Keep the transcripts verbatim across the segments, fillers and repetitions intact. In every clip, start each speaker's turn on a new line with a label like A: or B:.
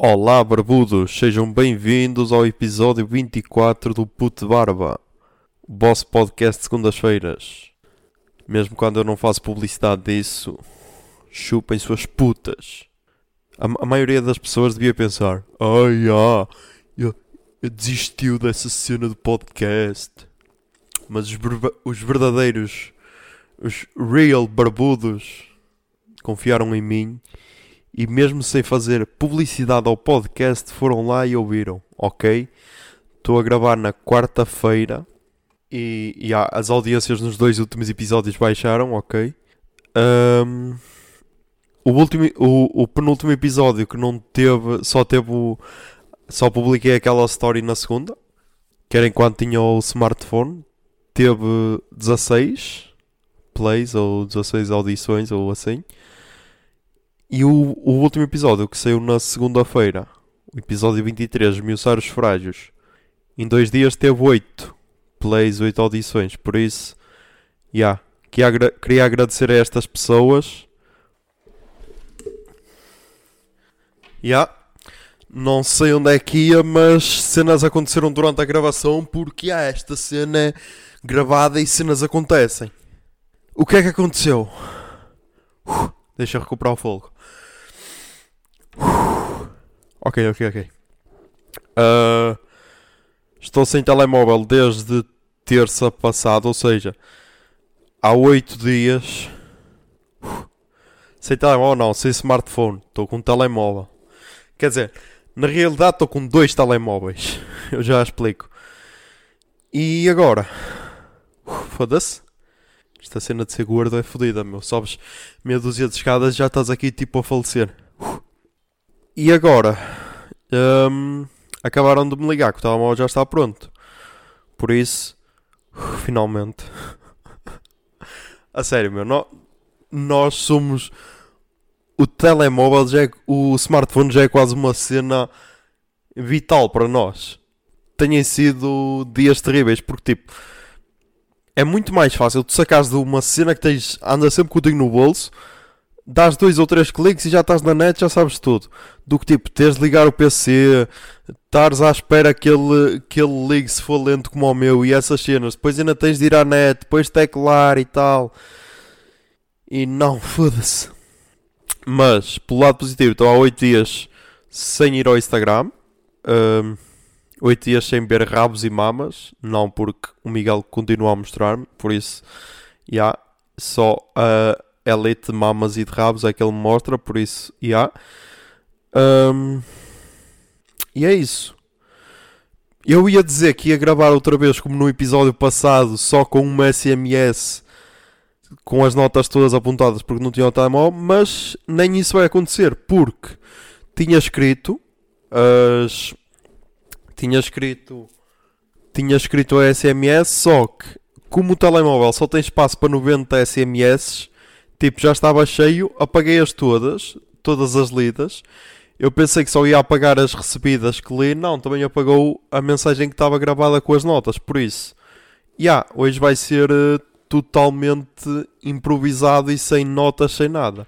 A: Olá, barbudos, sejam bem-vindos ao episódio vinte e quatro do Puto de Barba, o vosso podcast de segundas-feiras. Mesmo quando eu não faço publicidade disso, chupem suas putas. A, a maioria das pessoas devia pensar: ai, ah, eu, eu desistiu dessa cena do podcast. Mas os, berba- os verdadeiros, os real barbudos, confiaram em mim. E mesmo sem fazer publicidade ao podcast, foram lá e ouviram, ok? Estou a gravar na quarta-feira e, e há, as audiências nos dois últimos episódios baixaram, ok? Um, o, último, o, o penúltimo episódio que não teve, só teve o, só publiquei aquela story na segunda, que era enquanto tinha o smartphone, teve dezasseis plays ou dezasseis audições ou assim. E o, o último episódio que saiu na segunda-feira, o episódio vinte e três, Esmiuçar os Frágios, em dois dias teve oito plays, oito audições. Por isso, yeah, queria, agra- queria agradecer a estas pessoas. Yeah. Não sei onde é que ia, mas cenas aconteceram durante a gravação porque há esta cena é gravada e cenas acontecem. O que é que aconteceu? Uh, deixa eu recuperar o fogo. Ok, ok, ok. Uh, estou sem telemóvel desde terça passada, ou seja, há oito dias. Uh, sem telemóvel não, sem smartphone. Estou com um telemóvel. Quer dizer, na realidade estou com dois telemóveis. Eu já explico. E agora? Uh, foda-se. Esta cena de ser gordo é fodida, meu. Sobes meia dúzia de escadas e já estás aqui tipo a falecer. Uh. E agora? Um, acabaram de me ligar que o telemóvel já está pronto. Por isso, uh, finalmente. A sério, meu. No, nós somos... O telemóvel já é... O smartphone já é quase uma cena vital para nós. Têm sido dias terríveis porque, tipo... É muito mais fácil tu sacares de uma cena que tens, anda sempre contigo no bolso, dás dois ou três cliques e já estás na net, já sabes tudo. Do que tipo, teres de ligar o P C, estares à espera que ele, que ele ligue se for lento como o meu e essas cenas. Depois ainda tens de ir à net, depois teclar e tal. E não, foda-se. Mas, pelo lado positivo, estou há oito dias sem ir ao Instagram. Um, oito dias sem ver rabos e mamas. Não porque o Miguel continua a mostrar-me. Por isso, já, yeah, só a elite de mamas e de rabos é que ele me mostra. Por isso, já. Yeah. Um, e é isso. Eu ia dizer que ia gravar outra vez como no episódio passado, só com uma S M S, com as notas todas apontadas porque não tinha o telemóvel. Mas nem isso vai acontecer, porque tinha escrito as... Tinha escrito Tinha escrito a S M S, só que como o telemóvel só tem espaço para noventa S M S, tipo, já estava cheio, apaguei-as todas, todas as lidas. Eu pensei que só ia apagar as recebidas que li, não, também apagou a mensagem que estava gravada com as notas, por isso, já, yeah, hoje vai ser uh, totalmente improvisado e sem notas, sem nada.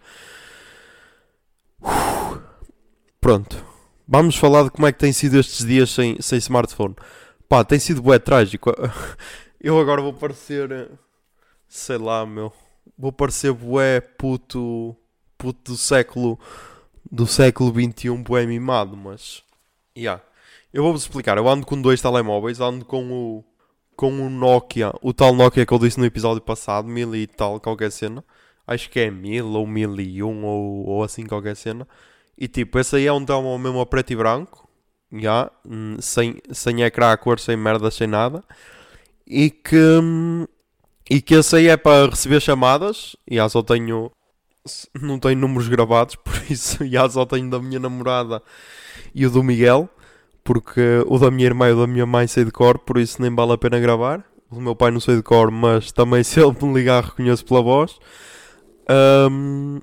A: Uf. Pronto. Vamos falar de como é que tem sido estes dias sem, sem smartphone. Pá, tem sido bué trágico. Eu agora vou parecer... Sei lá, meu. Vou parecer bué puto... Puto do século... Do século vinte e um, bué mimado, mas... Yeah. Eu vou-vos explicar. Eu ando com dois telemóveis. Ando com o... Com o Nokia. O tal Nokia que eu disse no episódio passado. Mil e tal, qualquer cena. Acho que é mil ou mil e um ou, ou assim qualquer cena. E tipo, esse aí é um telemóvel mesmo a preto e branco, já, sem, sem ecrã a cor, sem merda, sem nada. E que, e que esse aí é para receber chamadas, e já só tenho, não tenho números gravados, por isso já só tenho da minha namorada e o do Miguel, porque o da minha irmã e o da minha mãe sei de cor, por isso nem vale a pena gravar. O do meu pai não sei de cor, mas também se ele me ligar reconheço pela voz. Um,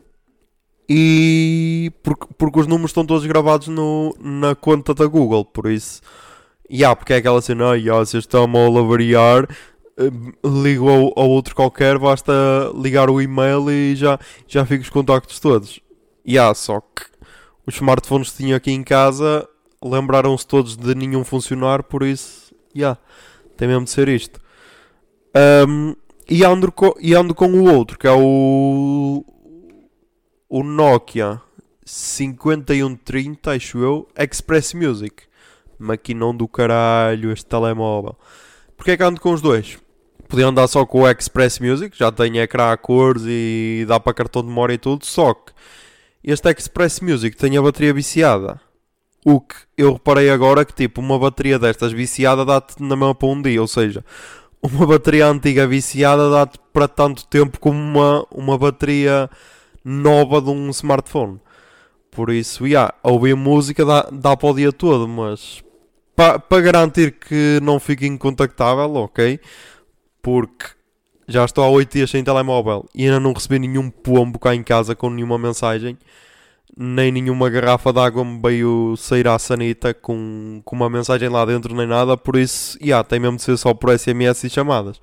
A: E porque, porque os números estão todos gravados no, na conta da Google, por isso, yeah, porque é aquela cena, ah, yeah, se este telemóvel a variar, ligo ao, ao outro qualquer, basta ligar o e-mail e já, já fico os contactos todos. Yeah, só que os smartphones que tinha aqui em casa lembraram-se todos de nenhum funcionar, por isso, já, yeah, tem mesmo de ser isto. Um, e, ando co, e ando com o outro, que é o, o Nokia cinquenta e um trinta, acho eu, Express Music. Maquinão do caralho, este telemóvel. Porquê é que ando com os dois? Podia andar só com o Express Music, já tem ecrã a cores e dá para cartão de memória e tudo, só que este Express Music tem a bateria viciada. O que eu reparei agora que tipo, uma bateria destas viciada dá-te na mesma para um dia, ou seja, uma bateria antiga viciada dá-te para tanto tempo como uma, uma bateria nova de um smartphone. Por isso, yeah, ouvir música dá, dá para o dia todo, mas para pa garantir que não fique incontactável, ok? Porque já estou há oito dias sem telemóvel e ainda não recebi nenhum pombo cá em casa com nenhuma mensagem, nem nenhuma garrafa de água me veio sair à sanita com, com uma mensagem lá dentro, nem nada. Por isso, yeah, tem mesmo de ser só por S M S e chamadas.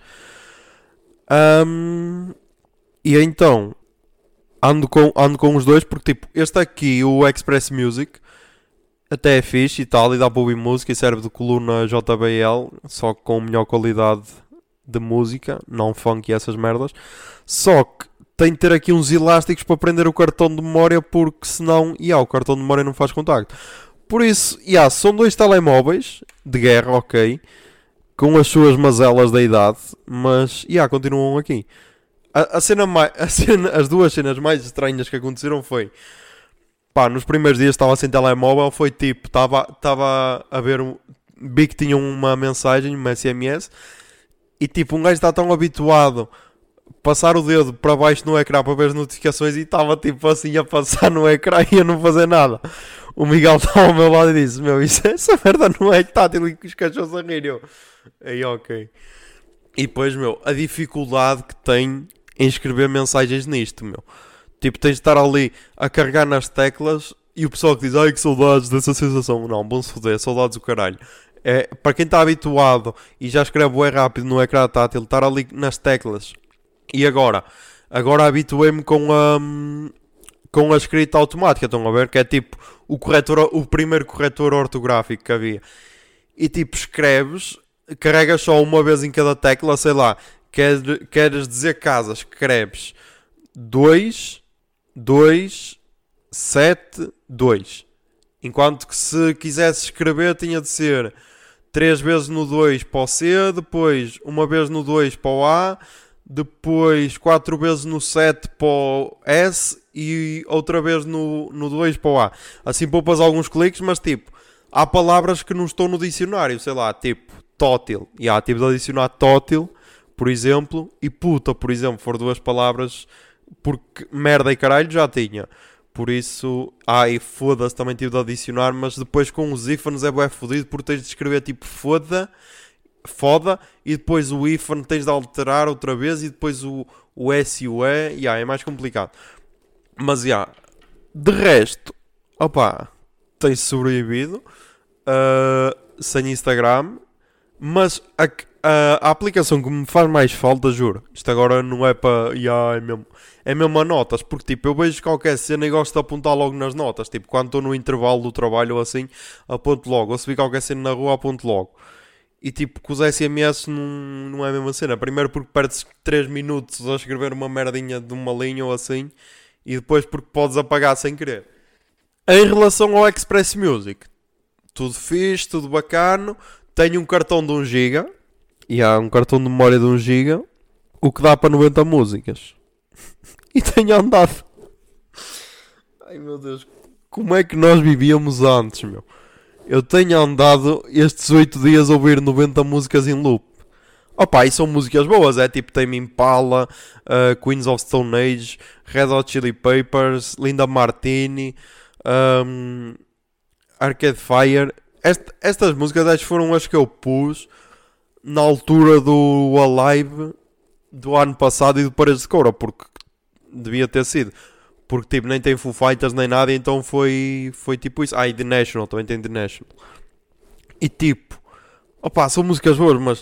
A: Um, e então, ando com, ando com os dois porque, tipo, este aqui, o Express Music, até é fixe e tal, e dá para ouvir música e serve de coluna J B L, só que com melhor qualidade de música, não funk e essas merdas. Só que tem de ter aqui uns elásticos para prender o cartão de memória, porque senão, yeah, o cartão de memória não faz contacto. Por isso, yeah, são dois telemóveis de guerra, ok, com as suas mazelas da idade, mas yeah, continuam aqui. A, a cena mais, a cena, as duas cenas mais estranhas que aconteceram foi, pá, nos primeiros dias estava sem telemóvel, foi tipo, estava a ver, um, vi que tinha uma mensagem, uma S M S, e tipo, um gajo está tão habituado a passar o dedo para baixo no ecrã para ver as notificações e estava tipo assim a passar no ecrã e a não fazer nada. O Miguel estava ao meu lado e disse, meu, isso, essa merda não é tátil e que os cachorros a rir. Eu, aí ok. E depois, meu, a dificuldade que tem em escrever mensagens nisto, meu. Tipo, tens de estar ali a carregar nas teclas e o pessoal que diz, ai que saudades dessa sensação. Não, bom se foder, saudades do caralho. É, para quem está habituado e já escreve bem rápido no ecrã tátil, estar ali nas teclas. E agora? Agora habituei-me com a, com a escrita automática, estão a ver? Que é tipo o, corretor, o primeiro corretor ortográfico que havia. E tipo, escreves, carregas só uma vez em cada tecla, sei lá, queres, queres dizer casa, escreves dois, dois, sete, dois. Enquanto que se quisesse escrever tinha de ser três vezes no dois para o C, depois uma vez no dois para o A, depois quatro vezes no sete para o S e outra vez no, no dois para o A. Assim poupas alguns cliques, mas tipo, há palavras que não estão no dicionário, sei lá, tipo tótil. E há, tive de adicionar tótil, por exemplo, e puta, por exemplo, foram duas palavras, porque merda e caralho já tinha. Por isso, ah, e foda-se também tive de adicionar, mas depois com os ífones é bué fodido porque tens de escrever tipo foda, foda, e depois o ífone tens de alterar outra vez e depois o, o S e o E, e yeah, é mais complicado. Mas já, yeah, de resto, opá, tem-se sobrevivido, uh, sem Instagram, mas a, a, a aplicação que me faz mais falta, juro, isto agora não é para, yeah, é mesmo... É mesmo a notas, porque tipo, eu vejo qualquer cena e gosto de apontar logo nas notas. Tipo, quando estou no intervalo do trabalho ou assim, aponto logo. Ou se vi qualquer cena na rua, aponto logo. E tipo, com os S M S não, não é a mesma cena. Primeiro porque perdes três minutos a escrever uma merdinha de uma linha ou assim. E depois porque podes apagar sem querer. Em relação ao Express Music, tudo fixe, tudo bacano. Tenho um cartão de um giga. E há um cartão de memória de um giga. O que dá para noventa músicas. E tenho andado. Ai meu Deus, como é que nós vivíamos antes, meu? Eu tenho andado estes oito dias a ouvir noventa músicas em loop. Opa, e são músicas boas, é tipo Tame Impala, uh, Queens of Stone Age, Red Hot Chili Peppers, Linda Martini, um, Arcade Fire. Est- estas músicas acho que foram as que eu pus na altura do Alive do ano passado e do Paredes de Coura, porque devia ter sido, porque tipo nem tem Foo Fighters nem nada, então foi, foi tipo isso. Ah, e The National, também tem The National. E tipo, opá, são músicas boas, mas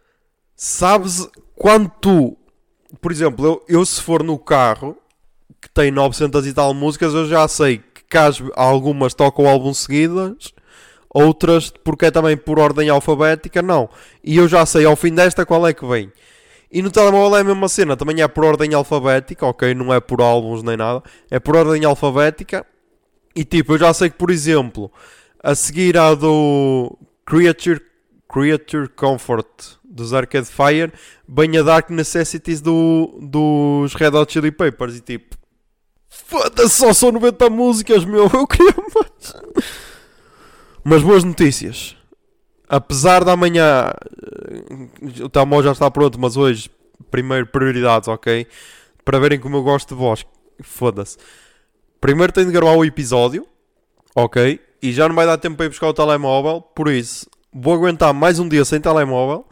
A: sabes quando tu, por exemplo, eu, eu se for no carro que tem novecentas e tal músicas, eu já sei que que às- algumas tocam álbuns seguidas, outras porque é também por ordem alfabética, não. E eu já sei ao fim desta qual é que vem. E no telemóvel é a mesma cena, também é por ordem alfabética, ok? Não é por álbuns nem nada, é por ordem alfabética. E tipo, eu já sei que, por exemplo, a seguir à do Creature, Creature Comfort dos Arcade Fire, vem a Dark Necessities do, dos Red Hot Chili Peppers. E tipo, foda-se, só são noventa músicas, meu, eu queria mais. Mas boas notícias. Apesar da manhã o telemóvel já está pronto, mas hoje, primeiro prioridades, ok? Para verem como eu gosto de vós, foda-se. Primeiro tenho de gravar o episódio, ok? E já não vai dar tempo para ir buscar o telemóvel, por isso vou aguentar mais um dia sem telemóvel.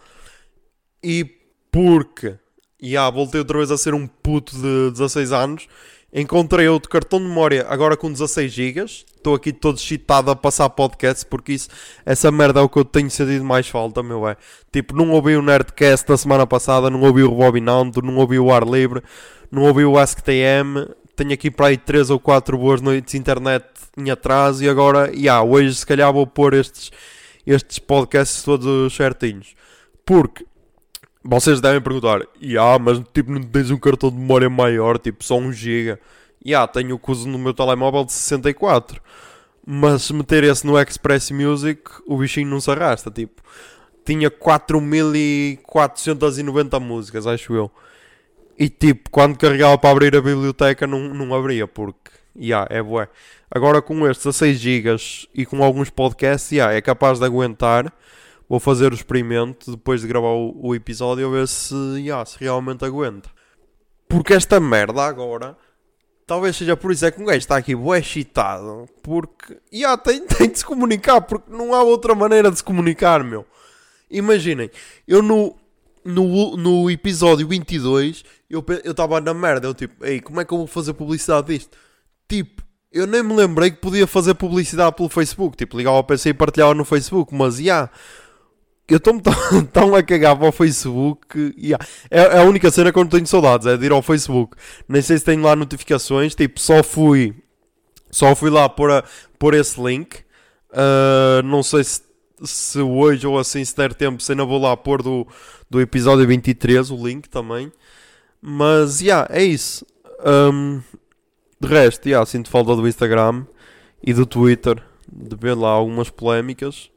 A: E porque, já voltei outra vez a ser um puto de dezasseis anos, encontrei outro cartão de memória agora com dezasseis gigas. Estou aqui todo excitado a passar podcasts, porque isso, essa merda é o que eu tenho sentido mais falta, meu é. Tipo, não ouvi o Nerdcast da semana passada, não ouvi o Rebobinando, não ouvi o Ar Livre, não ouvi o Ask T M. Tenho aqui para aí três ou quatro boas noites de internet em atraso e agora, já, yeah, hoje se calhar vou pôr estes, estes podcasts todos certinhos. Porque vocês devem perguntar, ah, yeah, mas tipo não tens um cartão de memória maior, tipo só um giga. Já, yeah, tenho o que uso no meu telemóvel de sessenta e quatro. Mas se meter esse no Express Music, o bichinho não se arrasta, tipo. Tinha quatro mil quatrocentas e noventa músicas, acho eu. E tipo, quando carregava para abrir a biblioteca não, não abria, porque, já, yeah, é bué. Agora com estes dezasseis gigas e com alguns podcasts, já, yeah, é capaz de aguentar. Vou fazer o experimento depois de gravar o, o episódio a ver se, yeah, se realmente aguenta. Porque esta merda agora, talvez seja por isso é que um gajo está aqui bué excitado. Porque, yeah, tem, tem de se comunicar, porque não há outra maneira de se comunicar, meu. Imaginem, eu no, no, no episódio vinte e dois, eu estava na merda, eu tipo, ei, como é que eu vou fazer publicidade disto? Tipo, eu nem me lembrei que podia fazer publicidade pelo Facebook, tipo, ligava ao P C e partilhava no Facebook, mas, já... Yeah, eu estou-me tão, tão a cagar para o Facebook. Yeah. É, é a única cena que eu não tenho saudades, é de ir ao Facebook. Nem sei se tenho lá notificações. Tipo, só fui Só fui lá pôr, a, pôr esse link. Uh, não sei se, se hoje ou assim, se der tempo, se ainda vou lá pôr do, do episódio vinte e três o link também. Mas, já, yeah, é isso. Um, de resto, yeah, sinto falta do Instagram e do Twitter, de ver lá algumas polémicas.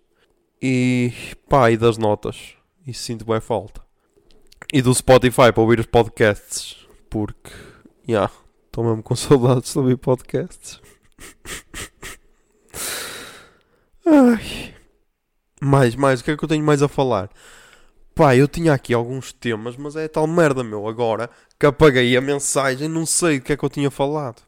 A: E pá, e das notas. Isso sinto bem falta. E do Spotify para ouvir os podcasts. Porque, já, yeah, estou mesmo com saudades de ouvir podcasts. Ai. Mais, mais, o que é que eu tenho mais a falar? Pá, eu tinha aqui alguns temas, mas é tal merda, meu. Agora que apaguei a mensagem, não sei o que é que eu tinha falado.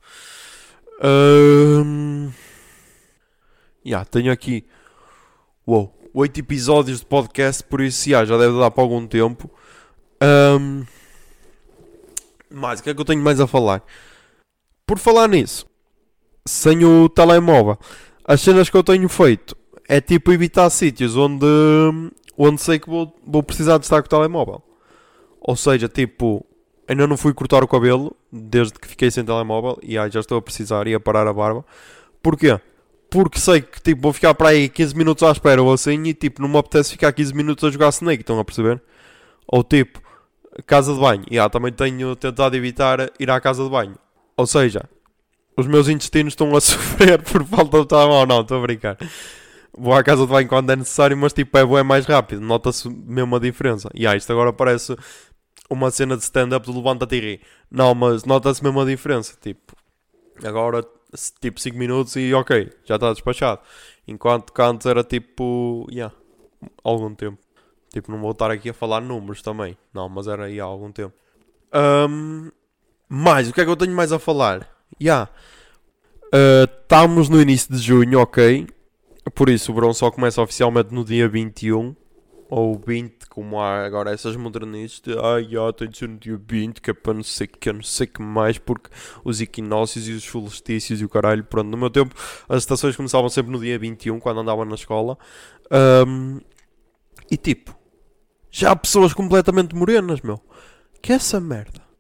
A: Um... Já, yeah, tenho aqui... Uou. oito episódios de podcast, por isso já, já deve dar para algum tempo. Um, mas o que é que eu tenho mais a falar? Por falar nisso, sem o telemóvel, as cenas que eu tenho feito é tipo evitar sítios onde, onde sei que vou, vou precisar de estar com o telemóvel. Ou seja, tipo, ainda não fui cortar o cabelo desde que fiquei sem telemóvel e ai, já estou a precisar e a parar a barba. Porquê? Porque sei que tipo, vou ficar para aí quinze minutos à espera ou assim e tipo, não me apetece ficar quinze minutos a jogar Snake, estão a perceber? Ou tipo, casa de banho. E ah, também tenho tentado evitar ir à casa de banho. Ou seja, os meus intestinos estão a sofrer por falta de telemóvel. Não, estou a brincar. Vou à casa de banho quando é necessário, mas tipo, é, é mais rápido. Nota-se mesmo a diferença. E ah, isto agora parece uma cena de stand-up de levanta-te e ri. Não, mas nota-se mesmo a diferença. Tipo, agora... tipo cinco minutos e ok, já está despachado. Enquanto que antes era tipo, yeah, algum tempo. Tipo, não vou estar aqui a falar números também. Não, mas era aí há algum tempo. Um, mais, o que é que eu tenho mais a falar? Já. Yeah. Uh, estamos no início de junho, ok. Por isso o verão só começa oficialmente no dia vinte e um. Ou vinte, como há agora essas modernistas de ah, já, tem de ser no dia vinte, que é para não sei que, não sei que mais, porque os equinócios e os solstícios e o caralho, pronto, no meu tempo as estações começavam sempre no dia vinte e um, quando andava na escola, um, e tipo, já há pessoas completamente morenas, meu, que é essa merda,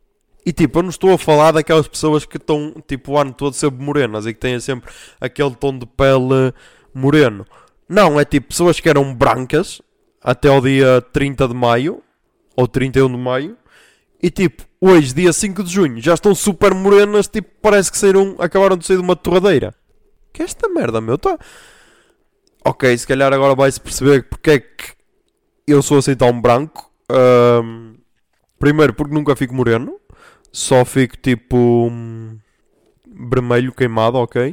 A: E tipo, eu não estou a falar daquelas pessoas que estão tipo o ano todo sempre morenas e que têm sempre aquele tom de pele moreno. Não, é tipo pessoas que eram brancas até ao dia trinta de maio ou trinta e um de maio e tipo, hoje, dia cinco de junho, já estão super morenas, tipo, parece que saíram, acabaram de sair de uma torradeira. Que é esta merda, meu? Tá. Ok, se calhar agora vai-se perceber porque é que eu sou assim tão branco. Ahm, primeiro, porque nunca fico moreno. Só fico tipo hum, vermelho queimado, ok?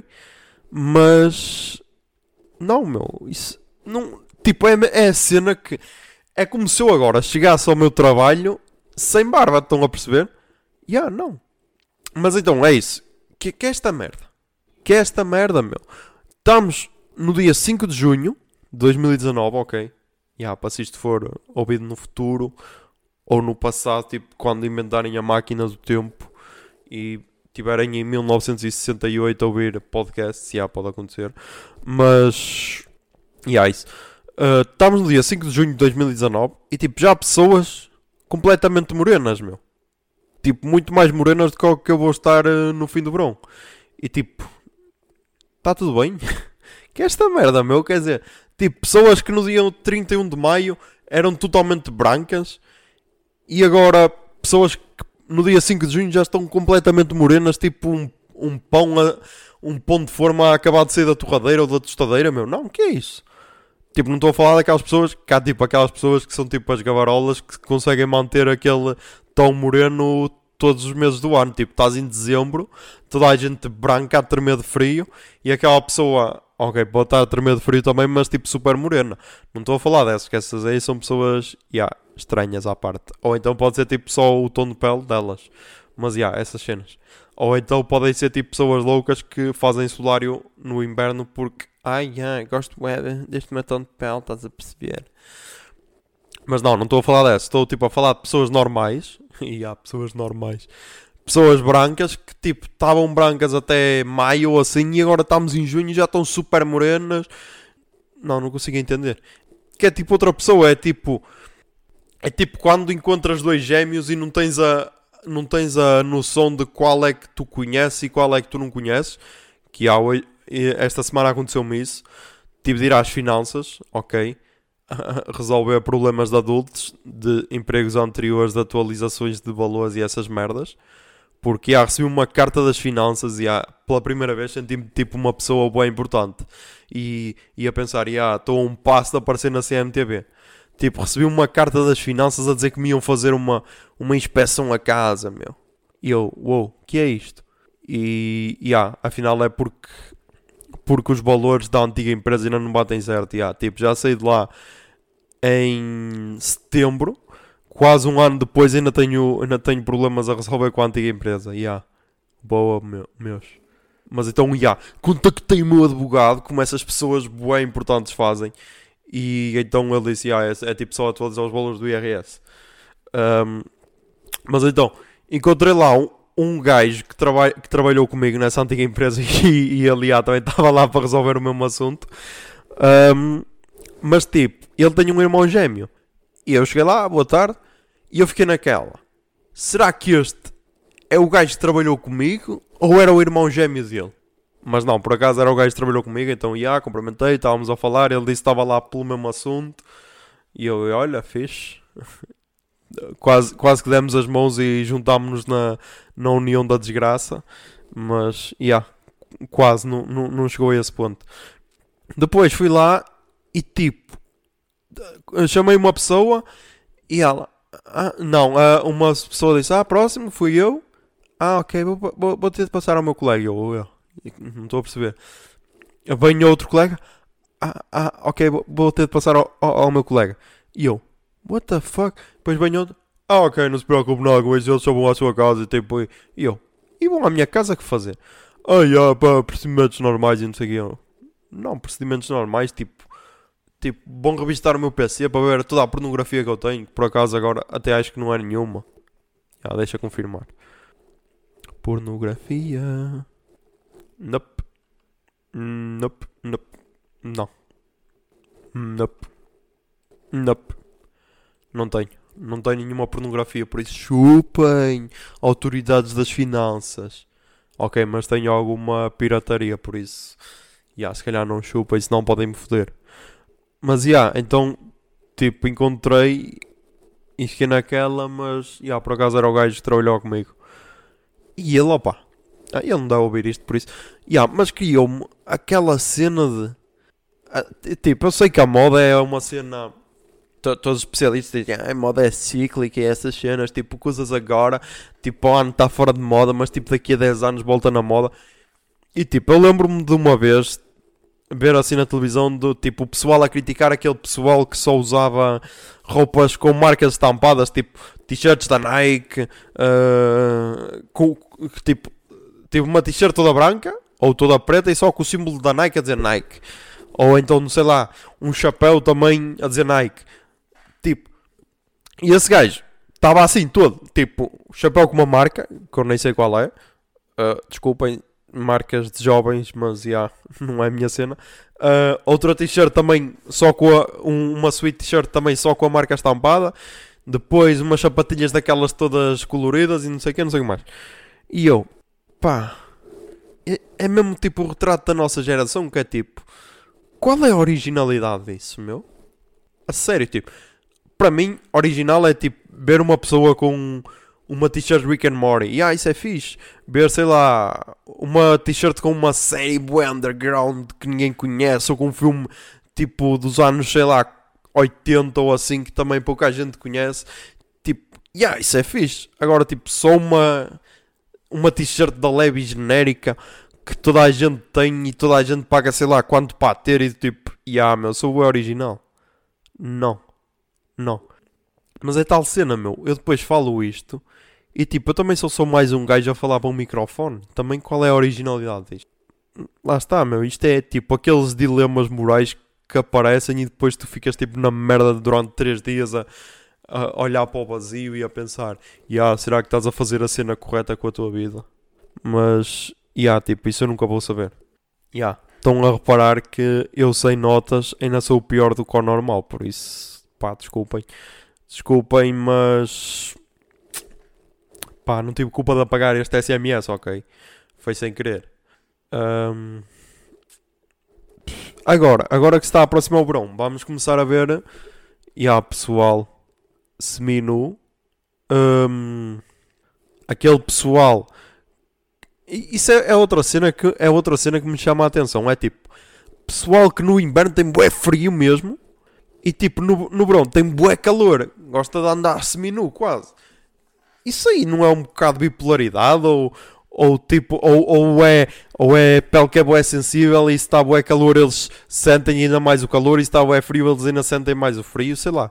A: Mas não, meu, isso não, tipo, é, é a cena que é como se eu agora chegasse ao meu trabalho sem barba, estão a perceber? Já, yeah, não. Mas então é isso. Que, que é esta merda? Que é esta merda, meu? Estamos no dia cinco de junho de dois mil e dezanove, ok? Já, yeah, para se isto for ouvido no futuro ou no passado, tipo, quando inventarem a máquina do tempo e tiverem em mil novecentos e sessenta e oito a ouvir podcasts, já yeah, pode acontecer. Mas, e yeah, isso. Uh, estamos no dia cinco de junho de dois mil e dezanove e tipo, já há pessoas completamente morenas, meu. Tipo, muito mais morenas do que o que eu vou estar uh, no fim do verão. E tipo, está tudo bem? Que é esta merda, meu? Quer dizer, tipo, pessoas que no dia trinta e um de maio eram totalmente brancas e agora pessoas que no dia cinco de junho já estão completamente morenas, tipo um, um pão a, um pão de forma a acabar de sair da torradeira ou da tostadeira, meu. Não, que é isso? Tipo, não estou a falar daquelas pessoas que há tipo aquelas pessoas que são tipo as gavarolas que conseguem manter aquele tom moreno todos os meses do ano. Tipo, estás em dezembro, toda a gente branca a tremer de frio e aquela pessoa, ok, pode estar a tremer de frio também, mas tipo super morena. Não estou a falar dessas, que essas aí são pessoas, yeah, estranhas à parte. Ou então pode ser tipo só o tom de pele delas. Mas yeah, essas cenas. Ou então podem ser tipo pessoas loucas que fazem solário no inverno porque ai, ai, gosto bué deste meu tom de pele, estás a perceber? Mas não, não estou a falar dessa. Estou tipo a falar de pessoas normais. E há pessoas normais. Pessoas brancas que tipo estavam brancas até maio ou assim e agora estamos em junho e já estão super morenas. Não, não consigo entender. Que é tipo outra pessoa, é tipo... É tipo quando encontras dois gêmeos e não tens a... Não tens a noção de qual é que tu conheces e qual é que tu não conheces. Que há hoje... Esta semana aconteceu-me isso. Tive de ir às finanças, ok? Resolver problemas de adultos, de empregos anteriores, de atualizações de valores e essas merdas. Porque já recebi uma carta das finanças e já, pela primeira vez senti-me tipo uma pessoa bem importante. E ia pensar, já, estou a um passo de aparecer na C M T V. Tipo, recebi uma carta das finanças a dizer que me iam fazer uma, uma inspeção a casa, meu. E eu, uou, wow, que é isto? E, já, afinal é porque porque os valores da antiga empresa ainda não batem certo. Yeah, tipo, já saí de lá em setembro, quase um ano depois ainda tenho, ainda tenho problemas a resolver com a antiga empresa. Yeah. Boa, meu, meus. Mas então, yeah, contactei o meu advogado, como essas pessoas bem importantes fazem. E então ele disse, yeah, é, é tipo só atualizar os valores do I R S. Um, mas então, encontrei lá um, um gajo que, traba que trabalhou comigo nessa antiga empresa e, e ele já, também estava lá para resolver o mesmo assunto. Um, mas tipo, ele tem um irmão gêmeo. E eu cheguei lá, boa tarde, e eu fiquei naquela. Será que este é o gajo que trabalhou comigo ou era o irmão gêmeo dele? Mas não, por acaso era o gajo que trabalhou comigo, então ia, cumprimentei, estávamos a falar, ele disse que estava lá pelo mesmo assunto. E eu, olha, fixe. Quase, quase que demos as mãos e juntámos-nos na, na união da desgraça. Mas, yeah, quase, não, não, não chegou a esse ponto. Depois fui lá e tipo, chamei uma pessoa e ela, ah, não, uma pessoa disse, ah, próximo, fui eu. Ah, ok, vou, vou, vou ter de passar ao meu colega. Eu, eu não estou a perceber. Vem outro colega, ah, ah, ok, vou, vou ter de passar ao, ao, ao meu colega. E eu, what the fuck? Depois vem outro, ah, ok, não se preocupe não, com isso eles só vão à sua casa e tipo, e eu, e vão à minha casa que fazer? Ah, yeah, pá, procedimentos normais e não sei o que. Eu, não, procedimentos normais, tipo, tipo, vão revistar o meu P C para ver toda a pornografia que eu tenho, que por acaso agora até acho que não é nenhuma. Ah, deixa confirmar. Pornografia. Nope. Nope. Nope. Não. Nope. Nope. Não tenho. Não tem nenhuma pornografia, por isso chupem, autoridades das finanças. Ok, mas tenho alguma pirataria, por isso, yeah, se calhar não chupem, senão podem me foder. Mas, yeah, então, tipo, encontrei e fiquei naquela, mas, yeah, por acaso era o gajo que trabalhou comigo. E ele, opa, ah, ele não dá a ouvir isto, por isso, yeah, mas criou-me aquela cena de, ah, t- tipo, eu sei que a moda é uma cena, to- todos os especialistas dizem, ah, a moda é cíclica e essas cenas, tipo, coisas agora, tipo, o ano está fora de moda, mas tipo, daqui a dez anos volta na moda. E tipo, eu lembro-me de uma vez ver assim na televisão do tipo o pessoal a criticar aquele pessoal que só usava roupas com marcas estampadas, tipo t-shirts da Nike, ah, com, tipo, tipo uma t-shirt toda branca ou toda preta e só com o símbolo da Nike a dizer Nike. Ou então, não sei lá, um chapéu também a dizer Nike. Tipo, e esse gajo estava assim todo, tipo, chapéu com uma marca, que eu nem sei qual é. Ah, desculpem, marcas de jovens, mas já, yeah, não é a minha cena. Uh, outra t-shirt também só com a, um, uma sweet t-shirt também só com a marca estampada. Depois umas sapatilhas daquelas todas coloridas e não sei o que, não sei o que mais. E eu, pá, é, é mesmo tipo o retrato da nossa geração que é tipo, qual é a originalidade disso, meu? A sério, tipo, para mim, original é tipo ver uma pessoa com uma t-shirt Rick and Morty. E ah, isso é fixe. Ver, sei lá, uma t-shirt com uma série bué underground que ninguém conhece, ou com um filme tipo dos anos, sei lá, oitenta ou assim, que também pouca gente conhece. Tipo, yeah, isso é fixe. Agora, tipo, só uma, uma t-shirt da Levi genérica que toda a gente tem e toda a gente paga, sei lá, quanto para ter e tipo, yeah, meu, sou o original. Não, não. Mas é tal cena, meu. Eu depois falo isto e tipo, eu também só sou mais um gajo a falar para um microfone. Também qual é a originalidade disto? Lá está, meu. Isto é tipo aqueles dilemas morais que aparecem e depois tu ficas tipo na merda durante três dias a, a olhar para o vazio e a pensar, yeah, será que estás a fazer a cena correta com a tua vida? Mas, yeah, tipo, isso eu nunca vou saber. Yeah. Estão a reparar que eu sem notas ainda sou pior do que o normal, por isso, pá, desculpem. Desculpem, mas pá, não tive culpa de apagar este S M S, ok? Foi sem querer. Ahm, agora, agora que se está a aproximar o verão, vamos começar a ver. E há pessoal seminu. Ahm, aquele pessoal. i- Isso é, é outra cena que é outra cena que me chama a atenção. É tipo, pessoal que no inverno tem bué frio mesmo. E tipo, no, no verão tem bué calor. Gosta de andar seminu quase. Isso aí não é um bocado de bipolaridade? Ou, ou tipo, ou, ou é, ou é pele que é bué sensível e se está bué calor eles sentem ainda mais o calor e se está bué frio eles ainda sentem mais o frio, sei lá.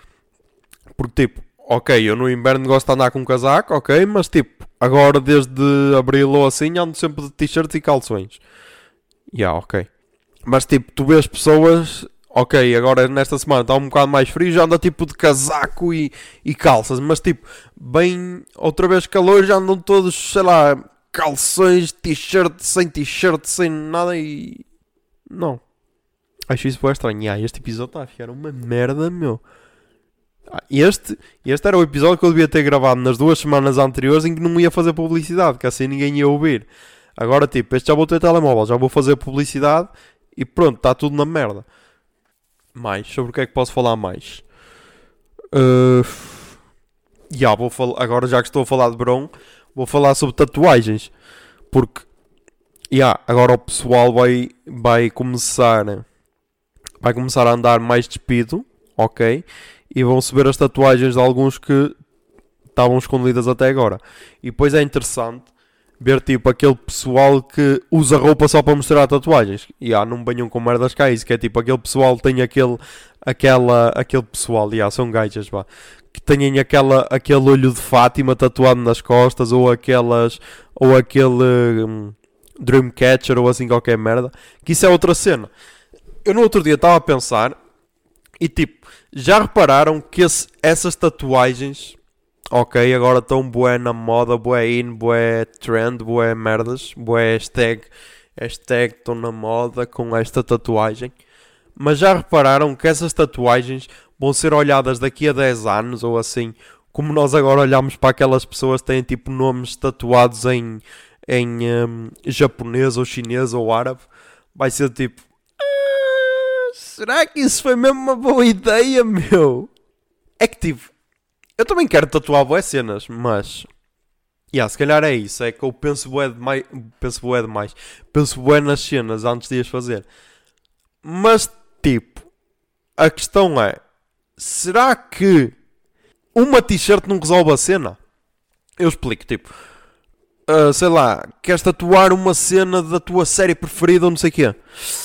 A: Porque tipo, ok, eu no inverno gosto de andar com um casaco, ok, mas tipo, agora desde abril ou assim ando sempre de t-shirts e calções. Ya, yeah, ok. Mas tipo, tu vês pessoas, ok, agora nesta semana está um bocado mais frio, já anda tipo de casaco e, e calças, mas tipo, bem outra vez calor, já andam todos, sei lá, calções, t-shirt, sem t-shirt, sem nada e. Não. Acho isso bem estranho. E, ah, este episódio está a ficar uma merda, meu. Ah, Este, este era o episódio que eu devia ter gravado nas duas semanas anteriores em que não ia fazer publicidade, que assim ninguém ia ouvir. Agora, tipo, este já vou ter telemóvel, já vou fazer publicidade e pronto, está tudo na merda. Mais, sobre o que é que posso falar mais? Uh, já vou falar, agora já que estou a falar de verão, vou falar sobre tatuagens. Porque, já, agora o pessoal vai, vai começar, vai começar a andar mais despido, ok? E vão-se ver as tatuagens de alguns que estavam escondidas até agora. E depois é interessante ver tipo aquele pessoal que usa roupa só para mostrar tatuagens. E ah, não venham com merdas cá isso, que é tipo aquele pessoal que tem aquele, aquela, aquele pessoal, e ah, são gajas, vá, que têm aquela, aquele olho de Fátima tatuado nas costas, ou aquelas, ou aquele hum, Dreamcatcher, ou assim qualquer merda, que isso é outra cena. Eu no outro dia estava a pensar, e tipo, já repararam que esse, essas tatuagens, ok, agora estão bué na moda, bué in, bué trend, bué merdas, bué hashtag, hashtag estão na moda com esta tatuagem. Mas já repararam que essas tatuagens vão ser olhadas daqui a dez anos ou assim, como nós agora olhamos para aquelas pessoas que têm tipo nomes tatuados em, em um, japonês ou chinês ou árabe, vai ser tipo, ah, será que isso foi mesmo uma boa ideia, meu? É que tipo, eu também quero tatuar boas cenas, mas yeah, se calhar é isso, é que eu penso bué demais, penso bué demais, penso bué nas cenas antes de as fazer. Mas tipo, a questão é, será que uma t-shirt não resolve a cena? Eu explico, tipo, uh, sei lá, queres tatuar uma cena da tua série preferida ou não sei o quê?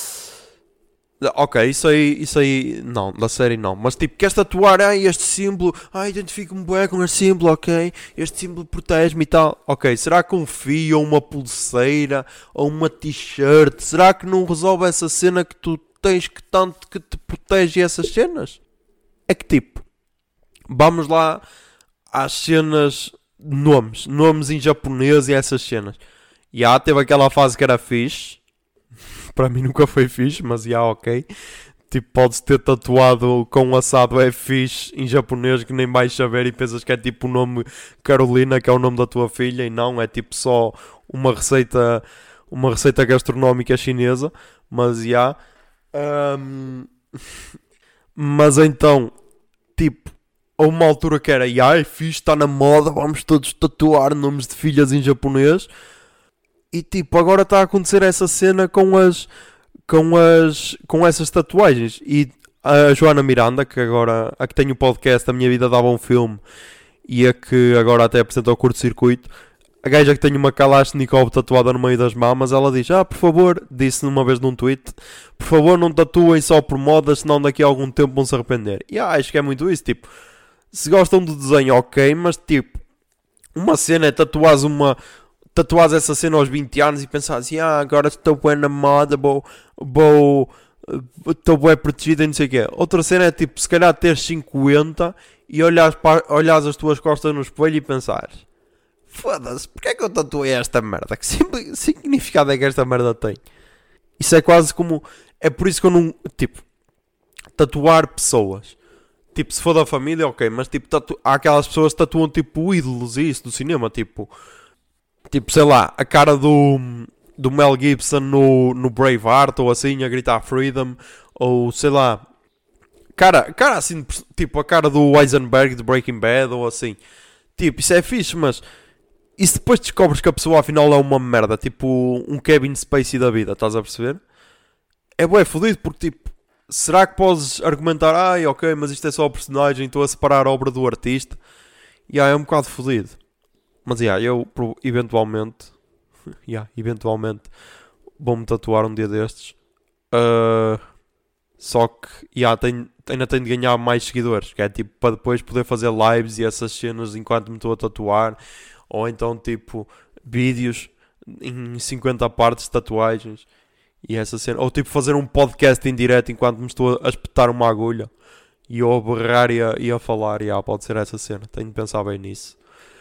A: Ok, isso aí, isso aí, não, da série não. Mas tipo, queres tatuar, ah, este símbolo, ah, identifico-me bem com este símbolo, ok? Este símbolo protege-me e tal. Ok, será que um fio, ou uma pulseira, ou uma t-shirt, será que não resolve essa cena que tu tens que tanto que te protege essas cenas? É que tipo, vamos lá às cenas, nomes, nomes em japonês e essas cenas. E ah, teve aquela fase que era fixe. Para mim nunca foi fixe, mas já ok. Tipo, podes ter tatuado com um assado é fixe em japonês que nem vais saber e pensas que é tipo o nome Carolina, que é o nome da tua filha, e não, é tipo só uma receita, uma receita gastronómica chinesa, mas já. Um, mas então, tipo, a uma altura que era, já é fixe, está na moda, vamos todos tatuar nomes de filhas em japonês. E tipo, agora está a acontecer essa cena com as com as com essas tatuagens. E a Joana Miranda, que agora a que tem o podcast A Minha Vida Dava um Filme e a que agora até apresenta o curto-circuito, a gaja que tem uma Kalashnikov tatuada no meio das mamas, ela diz, ah, por favor, disse uma vez num tweet, por favor não tatuem só por moda, senão daqui a algum tempo vão se arrepender. E ah, acho que é muito isso, tipo, se gostam do desenho, ok, mas tipo, uma cena é tatuares uma tatuares essa cena aos vinte anos e pensares, ah, agora estou bem na moda, vou, vou, estou bem protegido e não sei o quê. Outra cena é tipo, se calhar teres cinquenta e olhares, para, olhares as tuas costas no espelho e pensares, foda-se, porque é que eu tatuei esta merda? Que significado é que esta merda tem? Isso é quase como, é por isso que eu não, tipo, tatuar pessoas. Tipo, se for da família, ok, mas tipo, tatu, há aquelas pessoas que tatuam tipo ídolos e isso do cinema, tipo... Tipo, sei lá, a cara do, do Mel Gibson no, no Braveheart, ou assim, a gritar Freedom, ou sei lá, cara, cara assim, tipo a cara do Heisenberg de Breaking Bad, ou assim. Tipo, isso é fixe, mas e se depois descobres que a pessoa afinal é uma merda, tipo um Kevin Spacey da vida, estás a perceber? É bué fodido, porque tipo, será que podes argumentar, ai ok, mas isto é só o personagem, estou a separar a obra do artista? E aí é um bocado fodido. Mas yeah, eu eventualmente, yeah, eventualmente vou-me tatuar um dia destes. Uh, só que yeah, tenho, ainda tenho de ganhar mais seguidores. Que é tipo para depois poder fazer lives e essas cenas enquanto me estou a tatuar. Ou então tipo vídeos em cinquenta partes de tatuagens. E essa cena. Ou tipo fazer um podcast em direto enquanto me estou a espetar uma agulha. E eu a berrar e a, e a falar. Yeah, pode ser essa cena. Tenho de pensar bem nisso.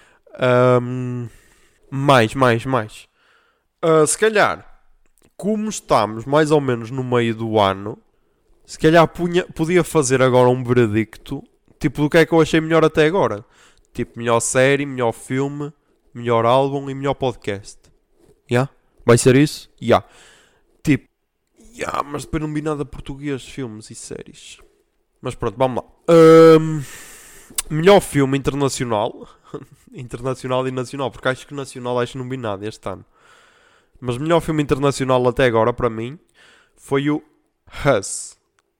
A: Um, mais, mais, mais. Uh, se calhar, como estamos mais ou menos no meio do ano, se calhar punha, podia fazer agora um veredicto, tipo do que é que eu achei melhor até agora. Tipo, melhor série, melhor filme, melhor álbum e melhor podcast. Yeah? Vai ser isso? Yeah. Tipo, yeah, mas depois não vi nada português, filmes e séries. Mas pronto, vamos lá. Um, melhor filme internacional. Internacional e nacional, porque acho que nacional acho que não vi nada este ano. Mas melhor filme internacional até agora para mim foi o Us,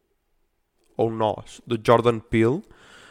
A: ou Nós, de Jordan Peele.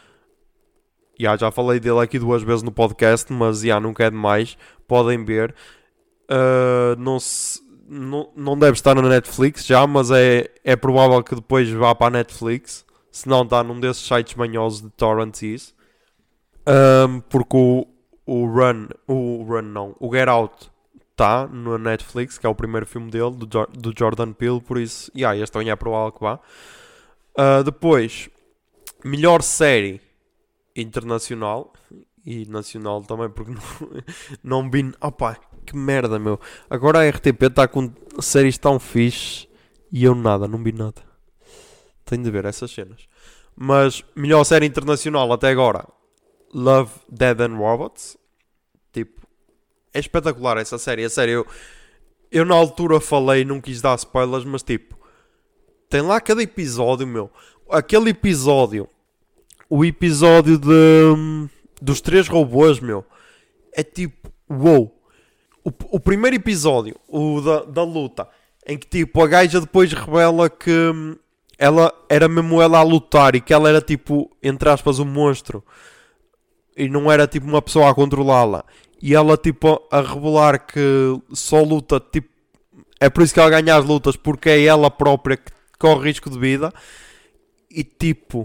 A: Yeah, já falei dele aqui duas vezes no podcast, mas yeah, nunca é demais. Podem ver. Uh, não, se, não, não deve estar na Netflix já, mas é, é provável que depois vá para a Netflix. Se não está num desses sites manhosos de torrents e isso. Um, porque o, o Run, o Run não, o Get Out está na Netflix, que é o primeiro filme dele, do, do Jordan Peele, por isso, yeah, este também é provável que vá. Uh, depois, melhor série internacional e nacional também, porque não, não vi. Opá, que merda, meu. Agora a R T P está com séries tão fixe e eu nada, não vi nada. Tenho de ver essas cenas. Mas melhor série internacional até agora, Love, Dead and Robots. Tipo, é espetacular essa série. A série, eu, eu na altura falei, não quis dar spoilers, mas tipo, tem lá cada episódio, meu. Aquele episódio, o episódio de, dos três robôs, meu, é tipo, wow. O, o primeiro episódio, o da, da luta, em que tipo, a gaja depois revela que hum, ela era mesmo ela a lutar e que ela era tipo, entre aspas, um monstro. E não era tipo uma pessoa a controlá-la. E ela tipo a revelar que só luta, tipo, é por isso que ela ganha as lutas, porque é ela própria que corre risco de vida. E tipo,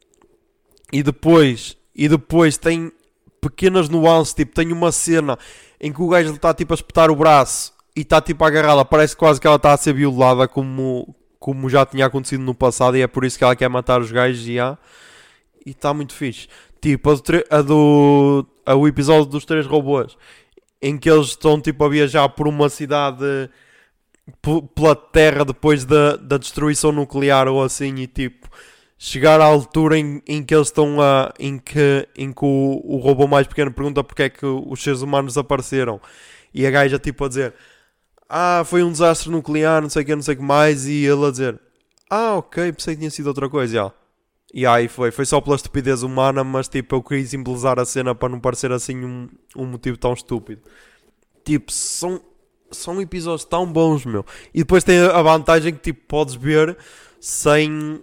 A: e depois, e depois tem pequenas nuances, tipo, tem uma cena em que o gajo está tipo a espetar o braço e está tipo a agarrá-la, parece quase que ela está a ser violada como, como já tinha acontecido no passado, e é por isso que ela quer matar os gajos e há. E está muito fixe. Tipo, a do, tre- a do a, o episódio dos três robôs, em que eles estão tipo a viajar por uma cidade, p- pela Terra depois da, da destruição nuclear ou assim, e tipo chegar à altura em, em que eles estão a. em que, em que o, o robô mais pequeno pergunta porque é que os seres humanos apareceram. E a gaja tipo a dizer: Ah, foi um desastre nuclear, não sei o que, não sei o que mais. E ele a dizer: Ah, ok, pensei que tinha sido outra coisa. E, ela, e aí foi, foi só pela estupidez humana, mas tipo eu queria simbolizar a cena para não parecer assim um, um motivo tão estúpido. Tipo, são, são episódios tão bons, meu. E depois tem a vantagem que tipo podes ver sem.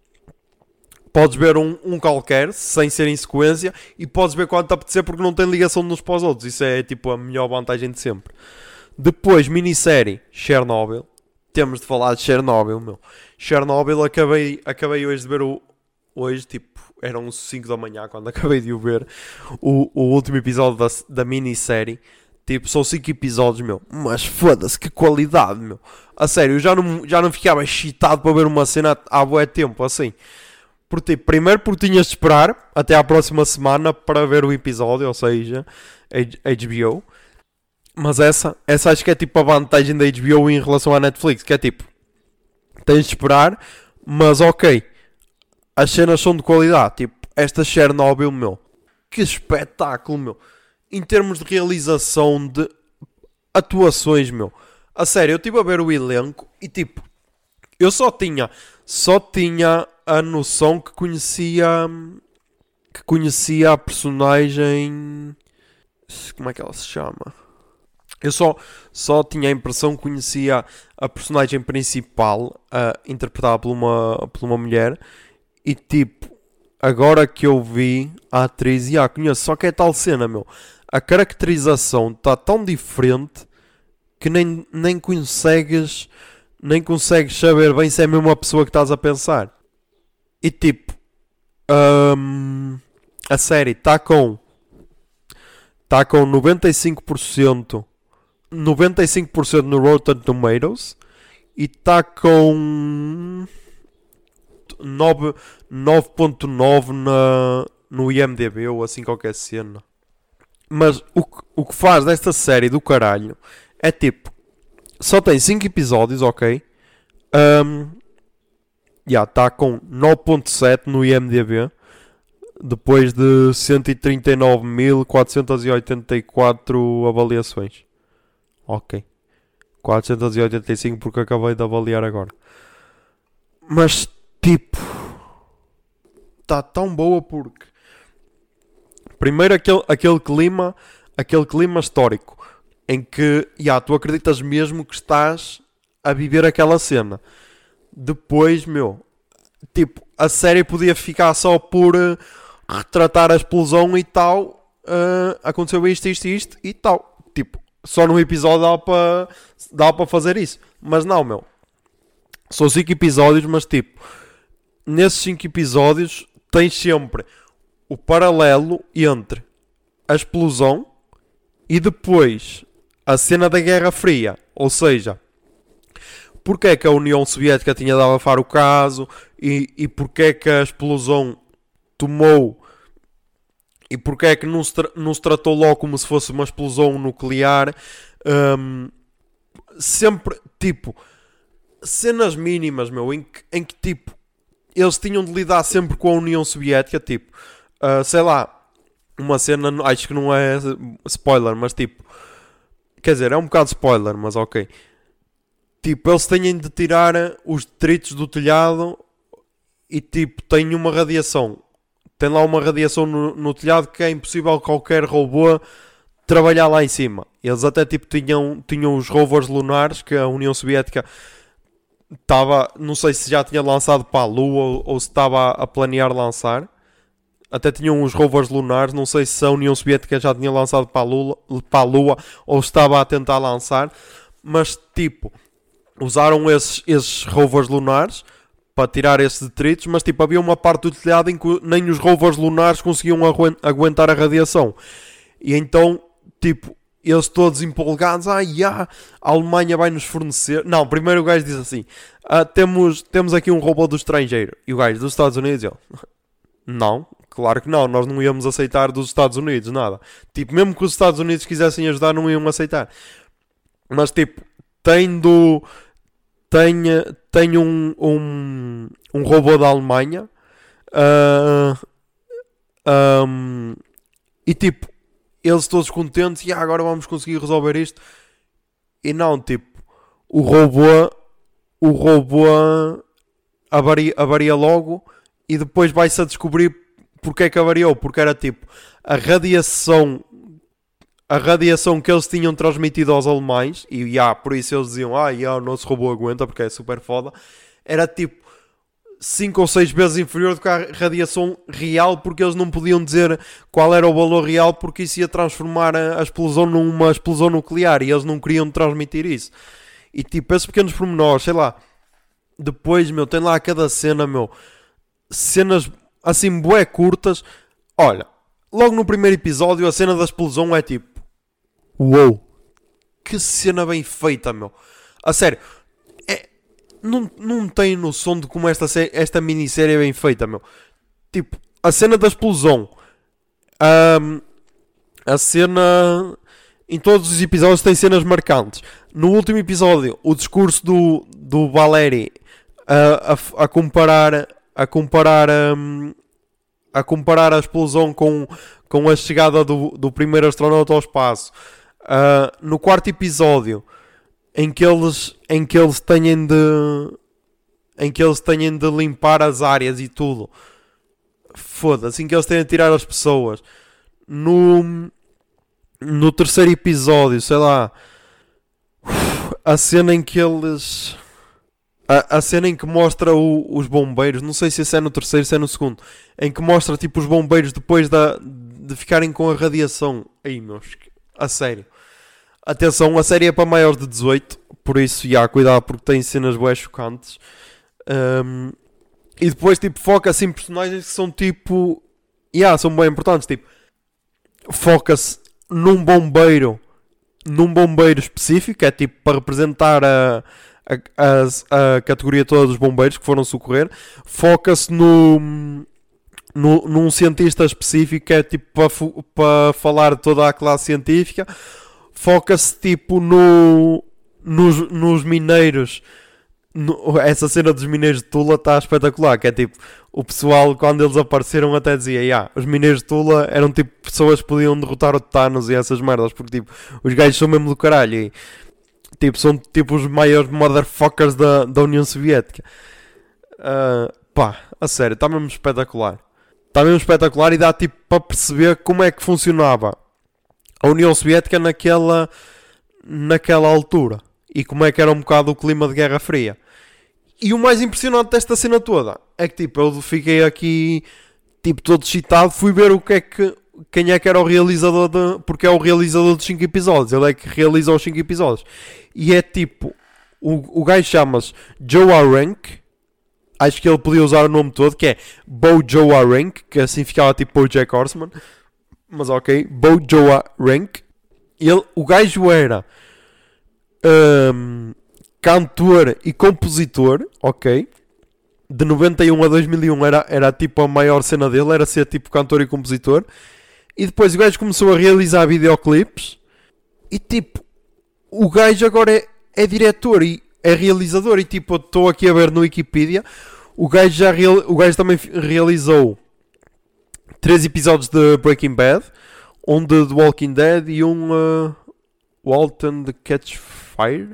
A: Podes ver um, um qualquer, sem ser em sequência, e podes ver quando te apetecer porque não tem ligação de uns para os outros. Isso é tipo a melhor vantagem de sempre. Depois, minissérie Chernobyl. Temos de falar de Chernobyl, meu. Chernobyl, acabei, acabei hoje de ver o... Hoje, tipo, eram cinco da manhã quando acabei de o ver. O, o último episódio da, da minissérie. Tipo, são cinco episódios, meu. Mas foda-se, que qualidade, meu. A sério, eu já não, já não ficava excitado para ver uma cena há bué tempo, assim. Porque, primeiro porque tinhas de esperar até à próxima semana para ver o episódio, ou seja, H B O. Mas essa, essa acho que é tipo a vantagem da H B O em relação à Netflix, que é tipo, tens de esperar, mas ok, as cenas são de qualidade. Tipo, esta Chernobyl, meu, que espetáculo, meu. Em termos de realização, de atuações, meu. A sério, eu estive a ver o elenco e tipo, eu só tinha, só tinha a noção que conhecia, que conhecia a personagem, como é que ela se chama? Eu só, só tinha a impressão que conhecia a personagem principal, uh, interpretada por uma, por uma mulher, e tipo, agora que eu vi a atriz, e ah, conheço, só que é tal cena, meu. A caracterização está tão diferente que nem, nem consegues, nem consegues saber bem se é mesmo a pessoa que estás a pensar. E tipo, hum, a série está com, está com noventa e cinco por cento noventa e cinco por cento no Rotten Tomatoes e está com nove ponto nove na, no I M D B ou assim qualquer cena. Mas o, que- o que faz desta série do caralho é tipo, só tem cinco episódios, ok? Um, já está com nove ponto sete no I M D B depois de cento e trinta e nove mil quatrocentos e oitenta e quatro avaliações. Ok. quatrocentos e oitenta e cinco porque acabei de avaliar agora. Mas tipo, está tão boa porque primeiro aquele, aquele clima, aquele clima histórico em que, já, tu acreditas mesmo que estás a viver aquela cena. Depois, meu, tipo, a série podia ficar só por uh, retratar a explosão e tal. Uh, aconteceu isto, isto, isto e tal. Tipo, só num episódio dá para dá para fazer isso. Mas não, meu. São cinco episódios, mas tipo, nesses cinco episódios tens sempre o paralelo entre a explosão e depois a cena da Guerra Fria. Ou seja, porque é que a União Soviética tinha de abafar o caso e, e porque é que a explosão tomou e porque é que não se, tra- não se tratou logo como se fosse uma explosão nuclear. Hum, sempre, tipo, cenas mínimas, meu, em que, em que tipo, eles tinham de lidar sempre com a União Soviética, tipo, uh, sei lá, uma cena, acho que não é spoiler, mas tipo, quer dizer, é um bocado spoiler, mas ok. Tipo, eles têm de tirar os detritos do telhado e tipo, tem uma radiação. Tem lá uma radiação no, no telhado que é impossível qualquer robô trabalhar lá em cima. Eles até tipo tinham, tinham os rovers lunares que a União Soviética estava, não sei se já tinha lançado para a Lua ou, ou se estava a planear lançar. Até tinham os rovers lunares, não sei se a União Soviética já tinha lançado para a Lua, para a Lua ou estava a tentar lançar. Mas tipo, usaram esses, esses rovers lunares para tirar esses detritos, mas tipo, havia uma parte do telhado em que nem os rovers lunares conseguiam aguentar a radiação. E então, tipo, eles todos empolgados, ah, yeah, a Alemanha vai nos fornecer. Não, primeiro o gajo diz assim, ah, temos, temos aqui um robô do estrangeiro. E o gajo dos Estados Unidos, ele, não, claro que não, nós não íamos aceitar dos Estados Unidos, nada. Tipo, mesmo que os Estados Unidos quisessem ajudar, não iam aceitar. Mas tipo, tem do... Tem, tem um, um, um robô da Alemanha uh, um, e tipo, eles todos contentes e ah, agora vamos conseguir resolver isto. E não, tipo, o robô o robô avaria, avaria logo e depois vai-se a descobrir porque é que avariou, porque era tipo a radiação a radiação que eles tinham transmitido aos alemães, e yeah, por isso eles diziam, ah, yeah, o nosso robô aguenta porque é super foda, era tipo cinco ou seis vezes inferior do que a radiação real, porque eles não podiam dizer qual era o valor real, porque isso ia transformar a, a explosão numa explosão nuclear, e eles não queriam transmitir isso. E tipo, esses pequenos pormenores, sei lá, depois, meu, tem lá cada cena, meu, cenas assim, bué curtas. Olha, logo no primeiro episódio, a cena da explosão é tipo, uou, que cena bem feita, meu. A sério, é, não, não tem noção de como esta, esta minissérie é bem feita, meu. Tipo, a cena da explosão, um, a cena... Em todos os episódios tem cenas marcantes. No último episódio, o discurso do, do Valeri a, a, a comparar... A comparar... Um, a comparar a explosão com, com a chegada do, do primeiro astronauta ao espaço. Uh, no quarto episódio, em que eles, em que eles têm de em que eles têm de limpar as áreas e tudo. Foda-se, em que eles têm de tirar as pessoas. No, no terceiro episódio, sei lá, a cena em que eles... A, a cena em que mostra o, os bombeiros, não sei se esse é no terceiro, se é no segundo, em que mostra tipo os bombeiros depois da, de ficarem com a radiação. Aí, meus, a sério. Atenção, a série é para maiores de dezoito, por isso, já, cuidado, porque tem cenas bué chocantes. Um, e depois, tipo, foca-se em personagens que são tipo, já, são bem importantes, tipo, foca-se num bombeiro, num bombeiro específico, é tipo para representar a A, a, a categoria toda dos bombeiros que foram socorrer. Foca-se no, no, num cientista específico que é tipo para, para falar de toda a classe científica. Foca-se tipo no, nos, nos mineiros. No, essa cena dos mineiros de Tula está espetacular, que é tipo, o pessoal quando eles apareceram até dizia, yeah, os mineiros de Tula eram tipo pessoas que podiam derrotar o Thanos e essas merdas, porque tipo, os gajos são mesmo do caralho e tipo, são tipo os maiores motherfuckers da, da União Soviética. Uh, pá, a sério, está mesmo espetacular. Está mesmo espetacular e dá tipo para perceber como é que funcionava a União Soviética naquela, naquela altura. E como é que era um bocado o clima de Guerra Fria. E o mais impressionante desta cena toda é que tipo, eu fiquei aqui tipo todo excitado, fui ver o que é que... Quem é que era o realizador de... Porque é o realizador dos cinco episódios. Ele é que realiza os cinco episódios. E é tipo... O, o gajo chama-se Joe Arenk. Acho que ele podia usar o nome todo. Que é Bo Joe Arenk. Que assim ficava tipo BoJack Horseman. Mas ok. Bo Joe Arenk. Ele, o gajo era... Um, cantor e compositor. Ok. De noventa e um a dois mil e um era, era tipo a maior cena dele. Era ser tipo cantor e compositor. E depois o gajo começou a realizar videoclipes. E tipo, o gajo agora é, é diretor e é realizador. E tipo, eu estou aqui a ver no Wikipedia. O gajo, já real, o gajo também realizou três episódios de Breaking Bad, um de The Walking Dead e um uh, Walton the Catch Fire.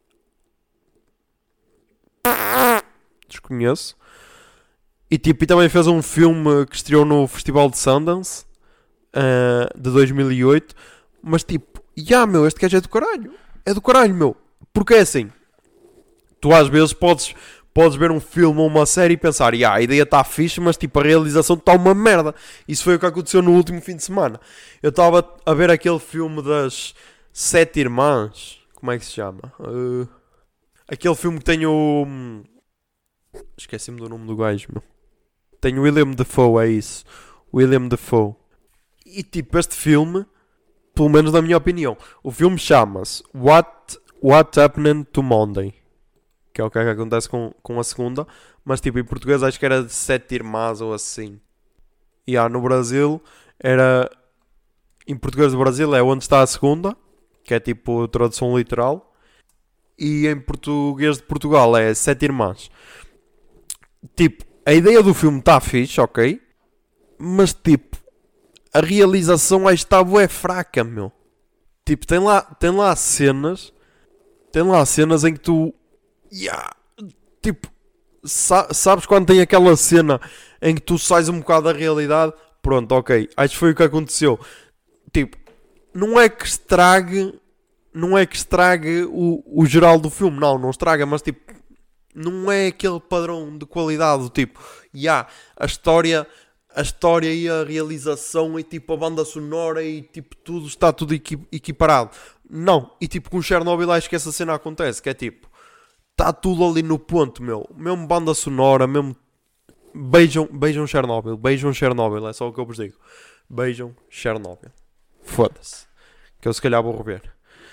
A: Desconheço. E, tipo, e também fez um filme que estreou no Festival de Sundance uh, de dois mil e oito. Mas tipo, já yeah, meu, este gajo é do caralho. É do caralho, meu. Porque é assim, tu às vezes podes, podes ver um filme ou uma série e pensar, yeah, a ideia está fixe, mas tipo, a realização está uma merda. Isso foi o que aconteceu no último fim de semana. Eu estava a ver aquele filme das Sete Irmãs. Como é que se chama? Uh, aquele filme que tem o... Esqueci-me do nome do gajo, meu. Tem o William Dafoe, é isso. William Dafoe. E tipo, este filme, pelo menos na minha opinião, o filme chama-se What, What Happened to Monday, que é o que, é que acontece com, com a segunda. Mas tipo, em português acho que era de Sete Irmãs ou assim. E ah, no Brasil era... Em português do Brasil é Onde Está a Segunda, que é tipo tradução literal. E em português de Portugal é Sete Irmãs. Tipo, a ideia do filme está fixe, ok? Mas tipo, a realização aí está bué fraca, meu. Tipo, tem lá, tem lá cenas. Tem lá cenas em que tu... Yeah, tipo, sa- sabes quando tem aquela cena em que tu sais um bocado da realidade? Pronto, ok. Acho que foi o que aconteceu. Tipo, não é que estrague... Não é que estrague o, o geral do filme. Não, não estraga, mas tipo... Não é aquele padrão de qualidade do tipo, já, yeah, a história, a história e a realização e tipo a banda sonora e tipo tudo está tudo equi- equiparado. Não, e tipo com Chernobyl acho que essa cena acontece, que é tipo, está tudo ali no ponto, meu. Mesmo banda sonora, mesmo... Beijam, beijam Chernobyl, beijam Chernobyl, é só o que eu vos digo. Beijam Chernobyl. Foda-se. Que eu se calhar vou rever.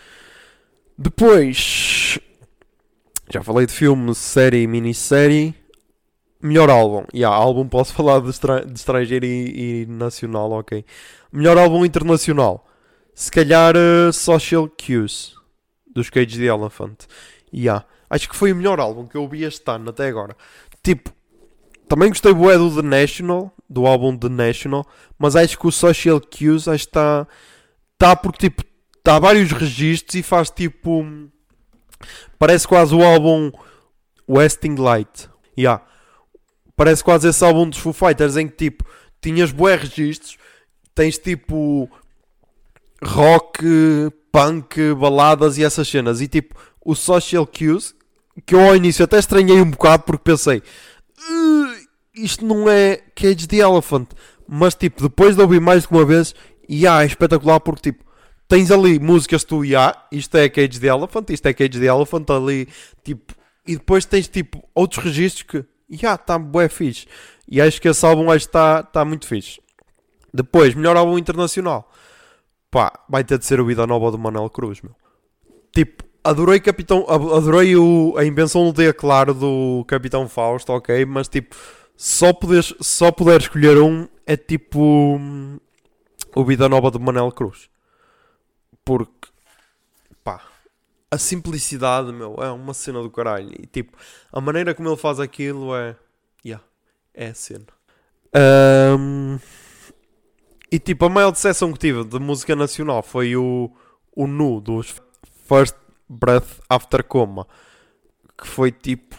A: Depois... Já falei de filme, série e minissérie. Melhor álbum. Yeah, álbum posso falar de, estra- de estrangeiro e, e nacional, ok. Melhor álbum internacional. Se calhar uh, Social Cues. Dos Cage the Elephant. Yeah. Acho que foi o melhor álbum que eu ouvi este ano até agora. Tipo, também gostei bué do The National. Do álbum The National. Mas acho que o Social Cues acho que está... Está porque tipo... Está vários registros e faz tipo... Parece quase o álbum Wasting Light. Yeah. Parece quase esse álbum dos Foo Fighters em que tipo tinhas bué registros, tens tipo rock, punk, baladas e essas cenas. E tipo o Social Cues, que eu ao início até estranhei um bocado porque pensei isto não é Cage the Elephant. Mas tipo, depois de ouvir mais de uma vez, yeah, é espetacular porque tipo tens ali músicas tu, yeah, isto é Cage the Elephant, isto é Cage the Elephant, ali, tipo... E depois tens, tipo, outros registros que... Já, yeah, está bué fixe. E acho que esse álbum está tá muito fixe. Depois, melhor álbum internacional. Pá, vai ter de ser o Vida Nova do Manuel Cruz, meu. Tipo, adorei Capitão... Adorei o, a invenção do dia claro do Capitão Fausto, ok? Mas, tipo, só poderes, só poder escolher um é, tipo... O Vida Nova do Manuel Cruz. Porque, pá, a simplicidade, meu, é uma cena do caralho. E tipo, a maneira como ele faz aquilo é, yeah, é a cena. Um, e tipo, a maior decepção que tive de música nacional foi o, o Nu dos First Breath After Coma. Que foi tipo...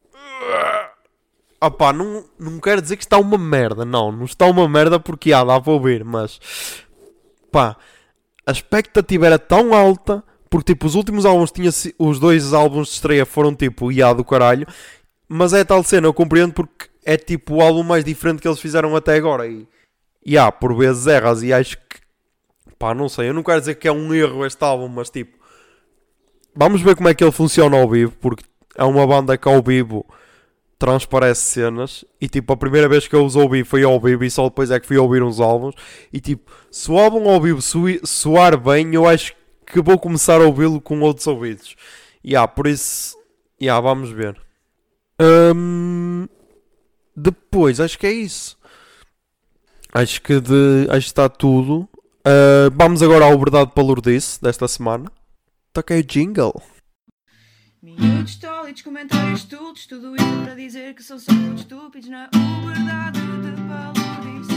A: Ah pá, não, não quero dizer que está uma merda. Não, não está uma merda porque, ah, dá para ouvir, mas... Pá... A expectativa era tão alta, porque tipo, os últimos álbuns tinha, os dois álbuns de estreia foram tipo, ia do caralho, mas é tal cena, eu compreendo porque é tipo o álbum mais diferente que eles fizeram até agora e, e há, por vezes erras e acho que, pá, não sei, eu não quero dizer que é um erro este álbum, mas tipo, vamos ver como é que ele funciona ao vivo, porque é uma banda que ao vivo transparece cenas e tipo a primeira vez que eu os ouvi foi ao vivo e só depois é que fui ouvir uns álbuns e tipo se o álbum ao vivo soar bem eu acho que vou começar a ouvi-lo com outros ouvidos e yeah, por isso yeah, vamos ver. Um, depois acho que é isso, acho que, de, acho que está tudo. Uh, vamos agora ao Verdade para Lourdes desta semana. Toquei o jingle.
B: Miúdos tólidos, comentários estúpidos, tudo isso para dizer que são só putos estúpidos na uberdade de palodice.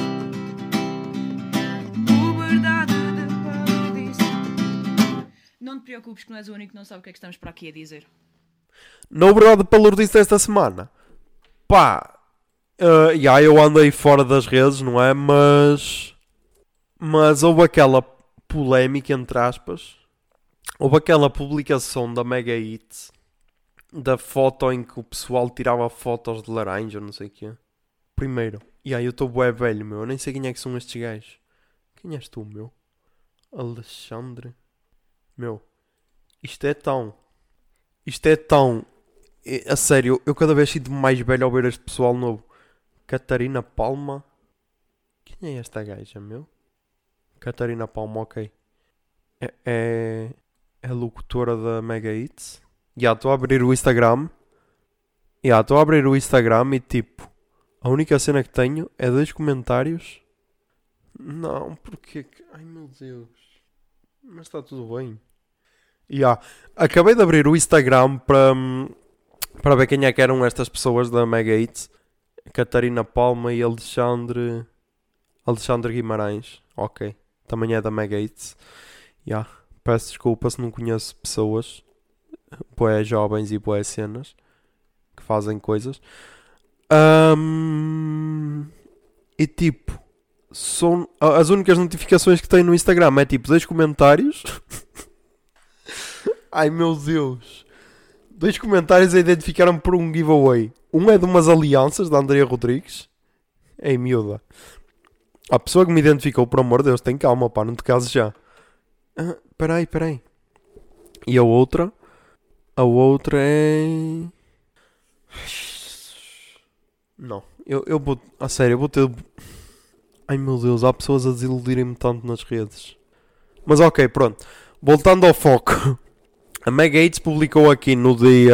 B: Uberdade de palodice. Não te preocupes que não és o único que não sabe o que é que estamos para aqui a dizer.
A: Na uberdade de palodice desta semana, pá, uh, yeah, eu andei fora das redes, não é? Mas, mas houve aquela polémica, entre aspas, houve aquela publicação da Mega Hits, da foto em que o pessoal tirava fotos de laranja, não sei o quê. Primeiro, e aí eu estou bué velho, meu, eu nem sei quem é que são estes gajos. Quem és tu, meu? Alexandre? Meu, isto é tão... Isto é tão... A sério, eu cada vez sinto-me mais velho ao ver este pessoal novo. Catarina Palma? Quem é esta gaja, meu? Catarina Palma, ok. É... É, é locutora da Mega Hits? Já, estou a abrir o Instagram. Já, estou a abrir o Instagram e tipo... A única cena que tenho é dois comentários. Não, porque... Ai meu Deus. Mas está tudo bem. Já, acabei de abrir o Instagram para... Para ver quem é que eram estas pessoas da Mega Hits. Catarina Palma e Alexandre... Alexandre Guimarães. Ok. Também é da Mega Hits. Já. Peço desculpa se não conheço pessoas. Boé jovens e boé cenas. Que fazem coisas. Um, e tipo... São, as únicas notificações que tenho no Instagram é tipo dois comentários. Ai meu Deus. Dois comentários a identificaram por um giveaway. Um é de umas alianças da Andrea Rodrigues. Ei, miúda. A pessoa que me identificou, por amor de Deus, tem calma, pá, não te cases já. Ah, peraí, peraí. E a outra? A outra é... Não, eu, eu vou... A sério, eu vou ter... Ai meu Deus, há pessoas a desiludirem-me tanto nas redes. Mas ok, pronto. Voltando ao foco. A Mega Hits publicou aqui no dia...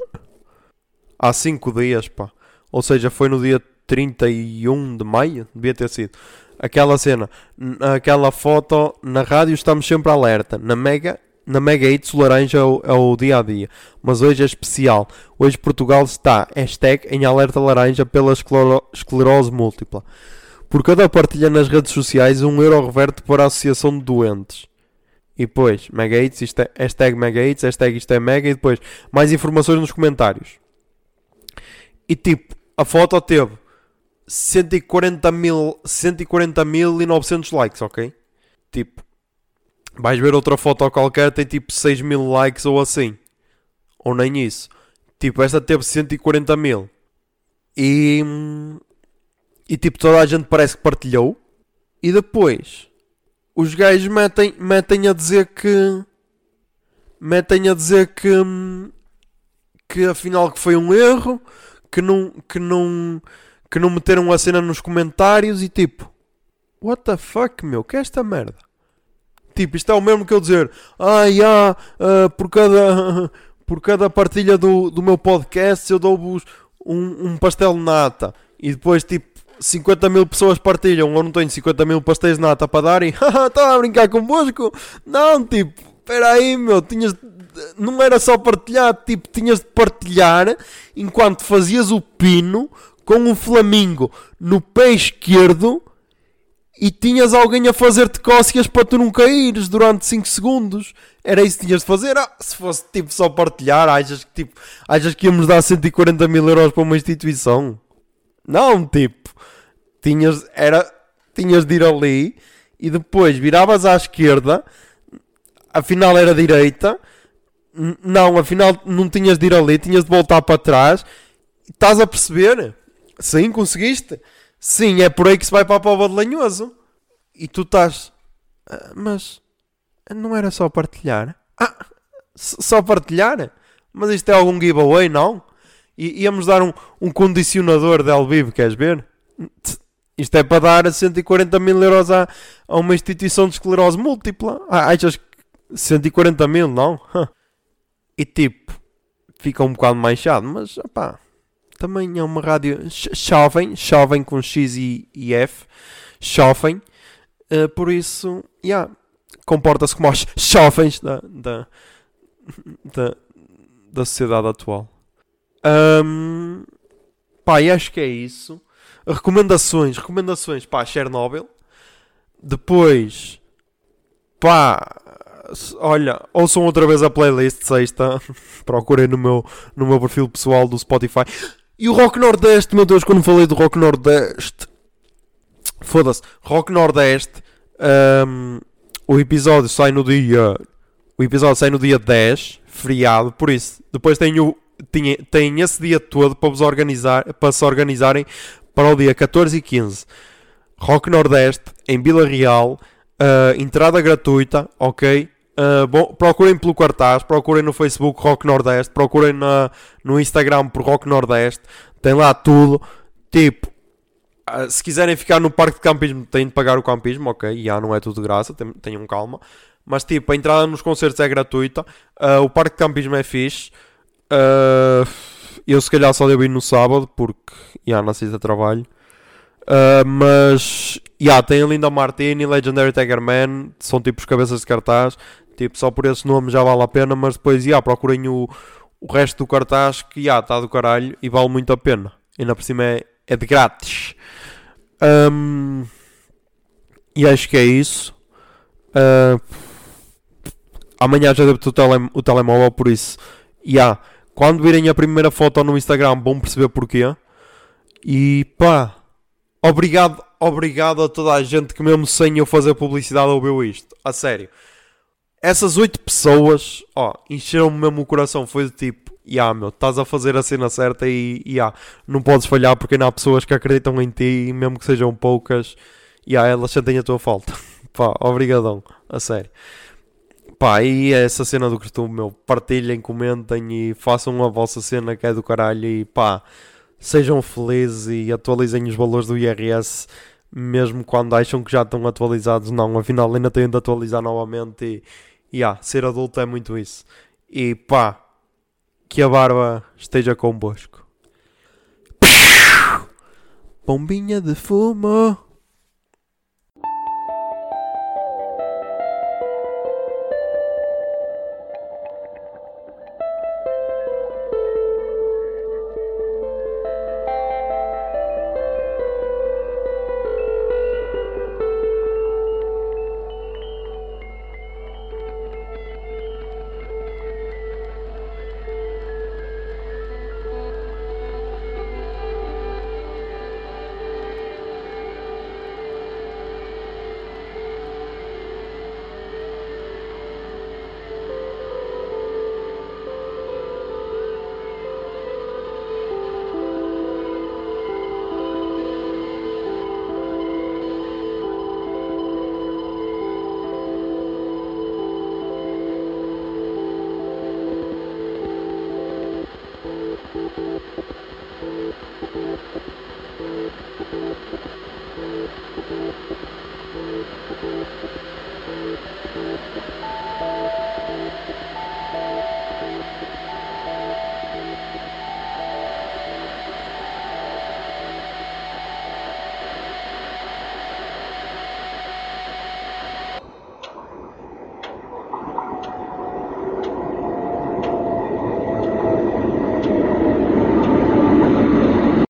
A: Há cinco dias, pá. Ou seja, foi no dia trinta e um de maio. Devia ter sido. Aquela cena. Aquela foto. Na rádio estamos sempre alerta. Na Mega... Na Mega Hits o laranja é o, é o dia a dia. Mas hoje é especial. Hoje Portugal está hashtag em alerta laranja pela esclero, esclerose múltipla. Por cada partilha nas redes sociais, um euro reverte para a Associação de Doentes. E depois, Mega Hits, isto é, hashtag Mega Hits, hashtag isto é Mega, e depois mais informações nos comentários. E tipo, a foto teve cento e quarenta mil e novecentos likes, ok? Tipo, vais ver outra foto qualquer, tem tipo seis mil likes ou assim. Ou nem isso. Tipo, esta teve cento e quarenta mil. E... E tipo, toda a gente parece que partilhou. E depois, os gajos metem, metem a dizer que... Metem a dizer que... Que afinal que foi um erro. Que não... Que não... Que não meteram a cena nos comentários. E tipo... What the fuck, meu? Que é esta merda? Tipo, isto é o mesmo que eu dizer... Ah, yeah, uh, por cada... Por cada partilha do, do meu podcast eu dou-vos um, um pastel de nata. E depois tipo... cinquenta mil pessoas partilham, ou não tenho cinquenta mil pastéis de nata para dar e estava a brincar convosco. Não, tipo, espera aí, meu, tinhas, não era só partilhar, tipo, tinhas de partilhar enquanto fazias o pino com o flamingo no pé esquerdo e tinhas alguém a fazer-te cócegas para tu não caíres durante cinco segundos. Era isso que tinhas de fazer. Ah, se fosse tipo só partilhar, achas que, tipo, achas que íamos dar cento e quarenta mil euros para uma instituição? Não, tipo, tinhas, era, tinhas de ir ali e depois viravas à esquerda, afinal era direita, N- não, afinal não tinhas de ir ali, tinhas de voltar para trás. Estás a perceber? Sim, conseguiste? Sim, é por aí que se vai para a Póvoa de Lanhoso. E tu estás... "Ah, mas não era só partilhar?" Ah, s- só partilhar? Mas isto é algum giveaway, não? I- íamos dar um, um condicionador de ao vivo, queres ver? Tch, isto é para dar cento e quarenta mil euros a, a uma instituição de esclerose múltipla. Ah, achas que cento e quarenta mil, não? Huh. E tipo, fica um bocado mais chato, mas opá, também é uma rádio ch- jovem, jovem com X e, e F, jovem, uh, por isso, yeah, comporta-se como os jovens da, da, da, da sociedade atual. Um, pá, e acho que é isso. Recomendações, recomendações, pá, Chernobyl. Depois, pá, olha, ouçam outra vez a playlist sexta. Procurem no meu, no meu perfil pessoal do Spotify. E o Rock Nordeste, meu Deus, quando falei do Rock Nordeste, foda-se, Rock Nordeste, um, o episódio sai no dia, o episódio sai no dia dez, feriado, por isso, depois tem, o, tem, tem esse dia todo para vos organizar, para se organizarem para o dia catorze e quinze. Rock Nordeste, em Vila Real, uh, entrada gratuita, ok? Uh, bom, procurem pelo cartaz, procurem no Facebook Rock Nordeste, procurem na, no Instagram por Rock Nordeste, tem lá tudo. Tipo, uh, se quiserem ficar no parque de campismo, têm de pagar o campismo, ok? Já não é tudo de graça, tem, tenham calma. Mas tipo, a entrada nos concertos é gratuita, uh, o parque de campismo é fixe. Uh, eu se calhar só devo ir no sábado, porque já não sei se é trabalho. Uh, mas, já, yeah, tem a Linda Martini, Legendary Tiger Man, são tipo os cabeças de cartaz. Tipo, só por esse nome já vale a pena, mas depois, já, yeah, procurem o, o resto do cartaz que, já, está do caralho e vale muito a pena. E ainda por cima é, é de grátis. Um, e acho que é isso. Uh, amanhã já devo ter o, tele, o telemóvel, por isso, já, yeah, quando virem a primeira foto no Instagram vão perceber porquê. E pá, obrigado, obrigado a toda a gente que mesmo sem eu fazer publicidade ouviu isto. A sério. Essas oito pessoas, ó, encheram-me mesmo o coração. Foi do tipo, ya, yeah, meu, estás a fazer a cena certa e, ya, yeah, não podes falhar porque ainda há pessoas que acreditam em ti e mesmo que sejam poucas, ya, yeah, elas sentem a tua falta. Pá, obrigadão, a sério. Pá, e essa cena do costume, meu, partilhem, comentem e façam a vossa cena que é do caralho e pá, sejam felizes e atualizem os valores do I R S, mesmo quando acham que já estão atualizados. Não, afinal ainda têm de atualizar novamente e, e yeah, ser adulto é muito isso. E pá, que a barba esteja convosco. Bombinha de fumo.